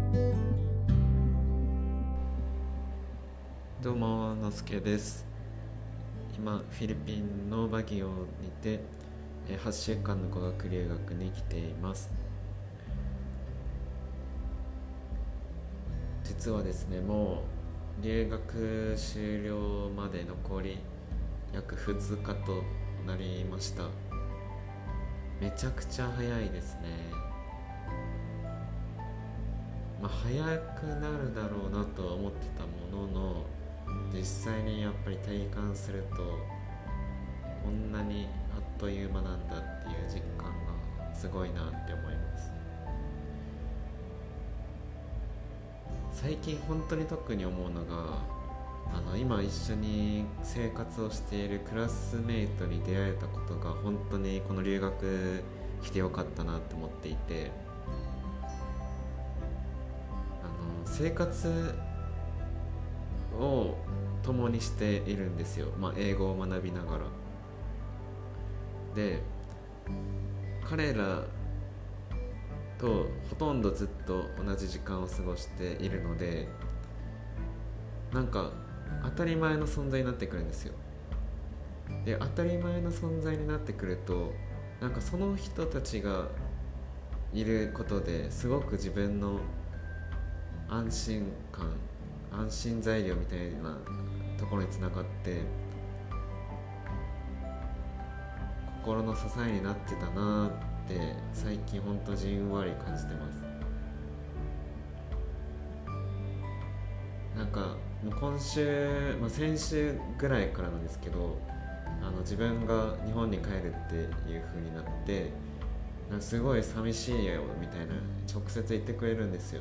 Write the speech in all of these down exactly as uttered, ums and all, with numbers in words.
どうも、のすけです。今フィリピンのバギオにてはっしゅうかんの語学留学に来ています。実はですね、もう留学終了まで残り約ふつかとなりました。めちゃくちゃ早いですね。まあ早くなるだろうなとは思ってたものの、実際にやっぱり体感するとこんなにあっという間なんだっていう実感がすごいなって思います。最近本当に特に思うのが、あの今一緒に生活をしているクラスメイトに出会えたことが本当にこの留学来てよかったなって思っていて、あの生活を共にしているんですよ、まあ、英語を学びながら。で彼らとほとんどずっと同じ時間を過ごしているので、なんか当たり前の存在になってくるんですよ。で当たり前の存在になってくると、なんかその人たちがいることですごく自分の安心感安心材料みたいなところにつながって、心の支えになってたなって最近ほんとじんわり感じてます。なんかもう今週、まあ、先週ぐらいからなんですけど、あの自分が日本に帰るっていう風になって、なんかすごい寂しいよみたいな直接言ってくれるんですよ。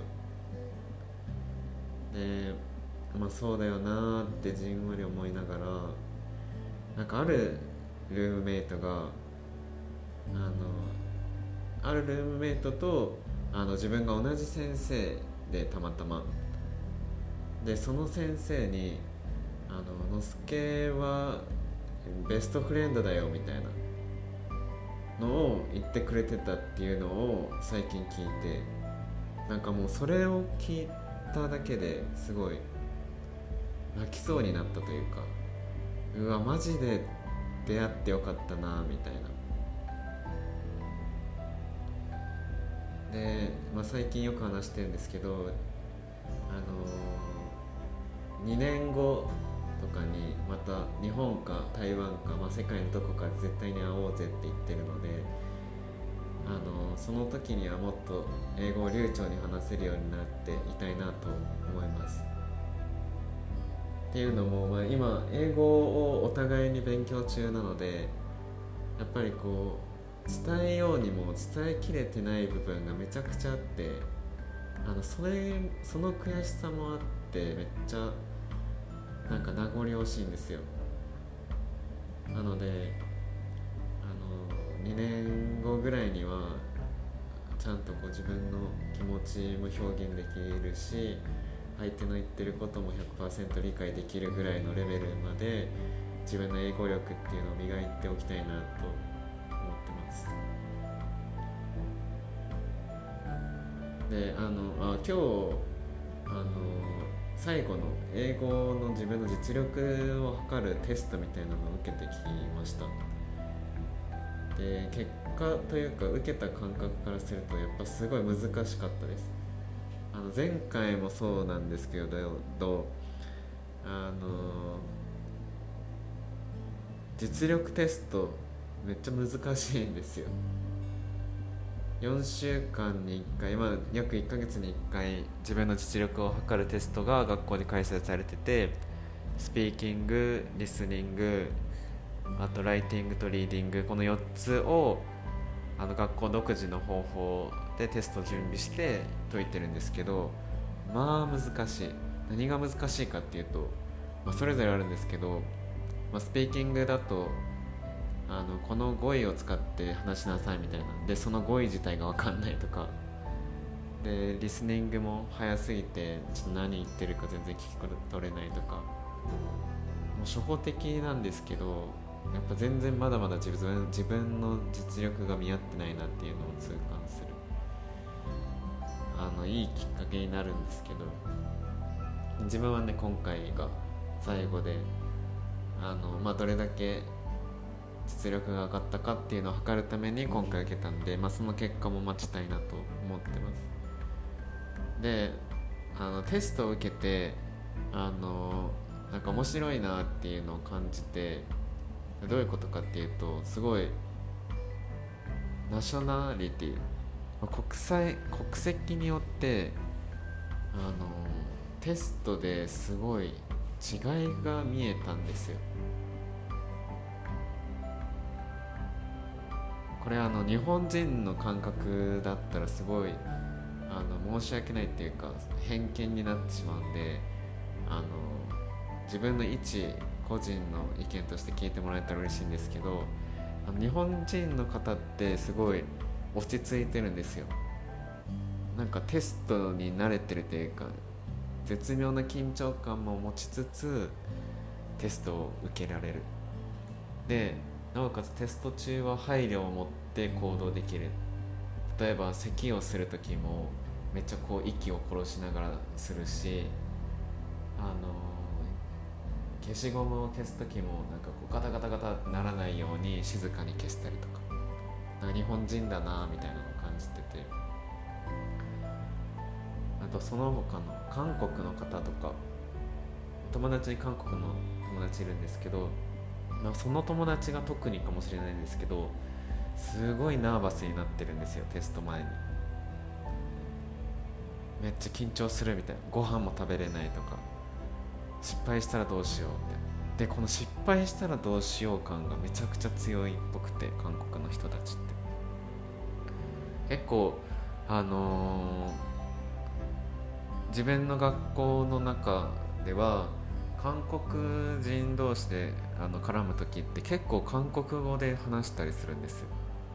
でまあそうだよなってじんわり思いながら、なんかあるルームメイトがあのあるルームメイトとあの自分が同じ先生で、たまたまでその先生にあののすけはベストフレンドだよみたいなのを言ってくれてたっていうのを最近聞いて、なんかもうそれを聞いただけですごい泣きそうになったというか、うわマジで出会ってよかったなみたいな。で、まあ、最近よく話してるんですけど、あのー、にねんごとかにまた日本か台湾か、まあ、世界のどこかで絶対に会おうぜって言ってるので、あのー、その時にはもっと英語を流暢に話せるようになっていたいなと思います。っていうのも、まあ、今英語をお互いに勉強中なので、やっぱりこう伝えようにも伝えきれてない部分がめちゃくちゃあって、あのそれその悔しさもあってめっちゃなんか名残惜しいんですよ。なのであのにねんごぐらいにはちゃんとこう自分の気持ちも表現できるし、相手の言ってることも ひゃくパーセント 理解できるぐらいのレベルまで自分の英語力っていうのを磨いておきたいなと思ってます。であのあ今日あの最後の英語の自分の実力を測るテストみたいなのを受けてきました。で結果というか受けた感覚からするとやっぱすごい難しかったです。あの前回もそうなんですけど、あの実力テストめっちゃ難しいんですよ。よんしゅうかんにいっかい、まあ、約いっかげつにいっかい自分の実力を測るテストが学校で開催されてて、スピーキング、リスニング、あとライティングとリーディング、このよっつをあの学校独自の方法でテストを準備して解いてるんですけど、まあ難しい。何が難しいかっていうと、まあ、それぞれあるんですけど、まあ、スピーキングだとあのこの語彙を使って話しなさいみたいなで、その語彙自体が分かんないとかで、リスニングも早すぎてちょっと何言ってるか全然聞き取れないとか、もう初歩的なんですけど、やっぱ全然まだまだ自分自分の実力が見合ってないなっていうのを痛感する。あののいいきっかけになるんですけど、自分はね今回が最後で、あの、まあ、どれだけ実力が上がったかっていうのを測るために今回受けたんで、まあ、その結果も待ちたいなと思ってます。で、あのテストを受けて、あのなんか面白いなっていうのを感じて、どういうことかっていうと、すごいナショナリティ、国際国籍によってあのテストですごい違いが見えたんですよ。これあの日本人の感覚だったらすごいあの申し訳ないっていうか偏見になってしまうんで、あの自分の一個人の意見として聞いてもらえたら嬉しいんですけど、あの日本人の方ってすごい落ち着いてるんですよ。なんかテストに慣れてるというか、絶妙な緊張感も持ちつつテストを受けられる。でなおかつテスト中は配慮を持って行動できる。例えば咳をする時もめっちゃこう息を殺しながらするし、あの消しゴムを消す時もなんかこうガタガタガタならないように静かに消したりとか、なんか日本人だなみたいなのを感じてて、あとその他の韓国の方とか、友達に韓国の友達いるんですけど、まあ、その友達が特にかもしれないんですけど、すごいナーバスになってるんですよ。テスト前にめっちゃ緊張するみたいな、ご飯も食べれないとか、失敗したらどうしようみたいな。でこの失敗したらどうしよう感がめちゃくちゃ強いっぽくて、韓国の人たちって結構あのー自分の学校の中では韓国人同士であの絡む時って結構韓国語で話したりするんですよ。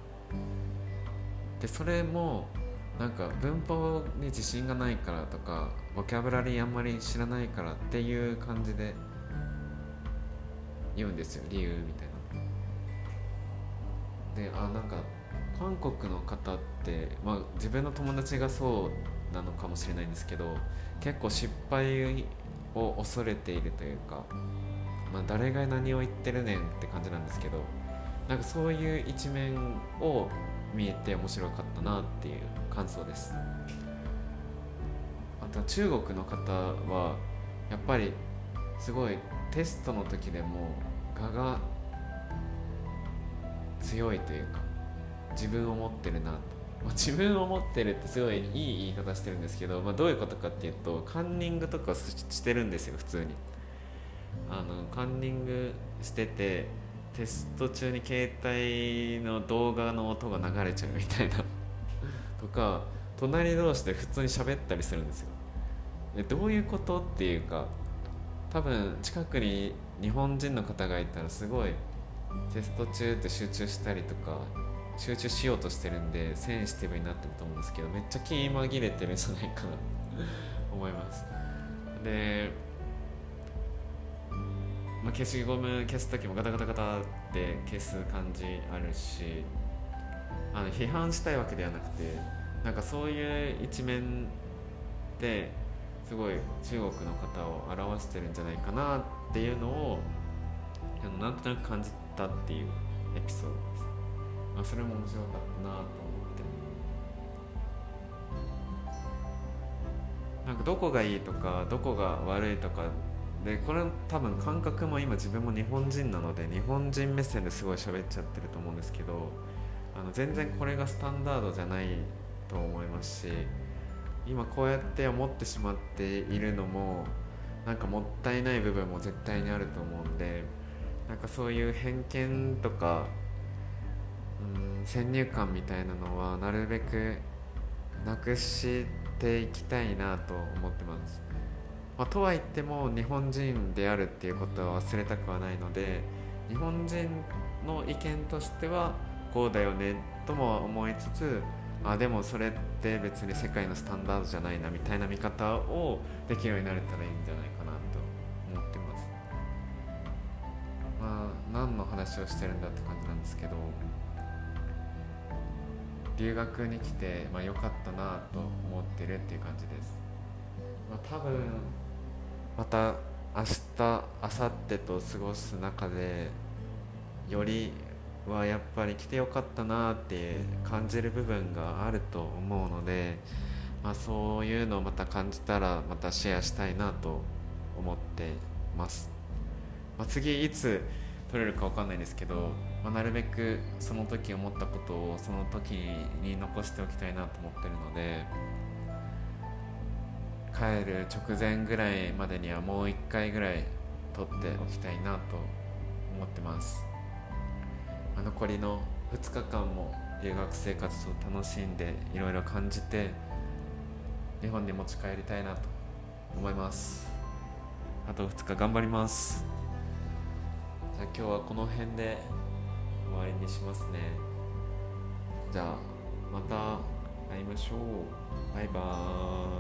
でそれもなんか文法に自信がないからとか、ボキャブラリーあんまり知らないからっていう感じで言うんですよ、理由みたいな。で、あ、なんか韓国の方って、まあ、自分の友達がそうなのかもしれないんですけど、結構失敗を恐れているというか、まあ、誰が何を言ってるねんって感じなんですけど、なんかそういう一面を見えて面白かったなっていう感想です。あとは中国の方はやっぱりすごいテストの時でも我が強いというか、自分を持ってるなと、まあ、自分を持ってるってすごいいい言い方してるんですけど、まあ、どういうことかっていうと、カンニングとかしてるんですよ普通に。あのカンニングしてて、テスト中に携帯の動画の音が流れちゃうみたいなとか、隣同士で普通に喋ったりするんですよ。でどういうことっていうか、多分近くに日本人の方がいたらすごいテスト中って集中したりとか集中しようとしてるんでセンシティブになってると思うんですけど、めっちゃ気紛れてるんじゃないかな思います。で、まあ、消しゴム消す時もガタガタガタって消す感じあるし、あの批判したいわけではなくて、なんかそういう一面ですごい中国の方を表してるんじゃないかなっていうのをあのなんとなく感じたっていうエピソードです。まあ、それも面白かったなと思って、なんかどこがいいとかどこが悪いとかで、これ多分感覚も今自分も日本人なので日本人目線ですごい喋っちゃってると思うんですけど、あの全然これがスタンダードじゃないと思いますし、今こうやって思ってしまっているのもなんかもったいない部分も絶対にあると思うんで、なんかそういう偏見とかうん先入観みたいなのはなるべくなくしていきたいなと思ってます。まあ、とは言っても日本人であるっていうことは忘れたくはないので、日本人の意見としてはこうだよねとも思いつつ、あでもそれって別に世界のスタンダードじゃないなみたいな見方をできるようになれたらいいんじゃないかなと思ってます。まあ何の話をしてるんだって感じなんですけど、 留学に来て、まあ、良かったなと思ってるっていう感じです。まあ、多分また明日明後日と過ごす中でよりはやっぱり来てよかったなって感じる部分があると思うので、まあ、そういうのをまた感じたらまたシェアしたいなと思ってます。まあ、次いつ撮れるか分かんないんですけど、まあ、なるべくその時思ったことをその時に残しておきたいなと思ってるので、帰る直前ぐらいまでにはもういっかいぐらい撮っておきたいなと思ってます。まあ、残りのふつかかんも留学生活を楽しんでいろいろ感じて日本に持ち帰りたいなと思います。あとふつか頑張ります。じゃあ今日はこの辺で終わりにしますね。じゃあまた会いましょう。バイバーイ。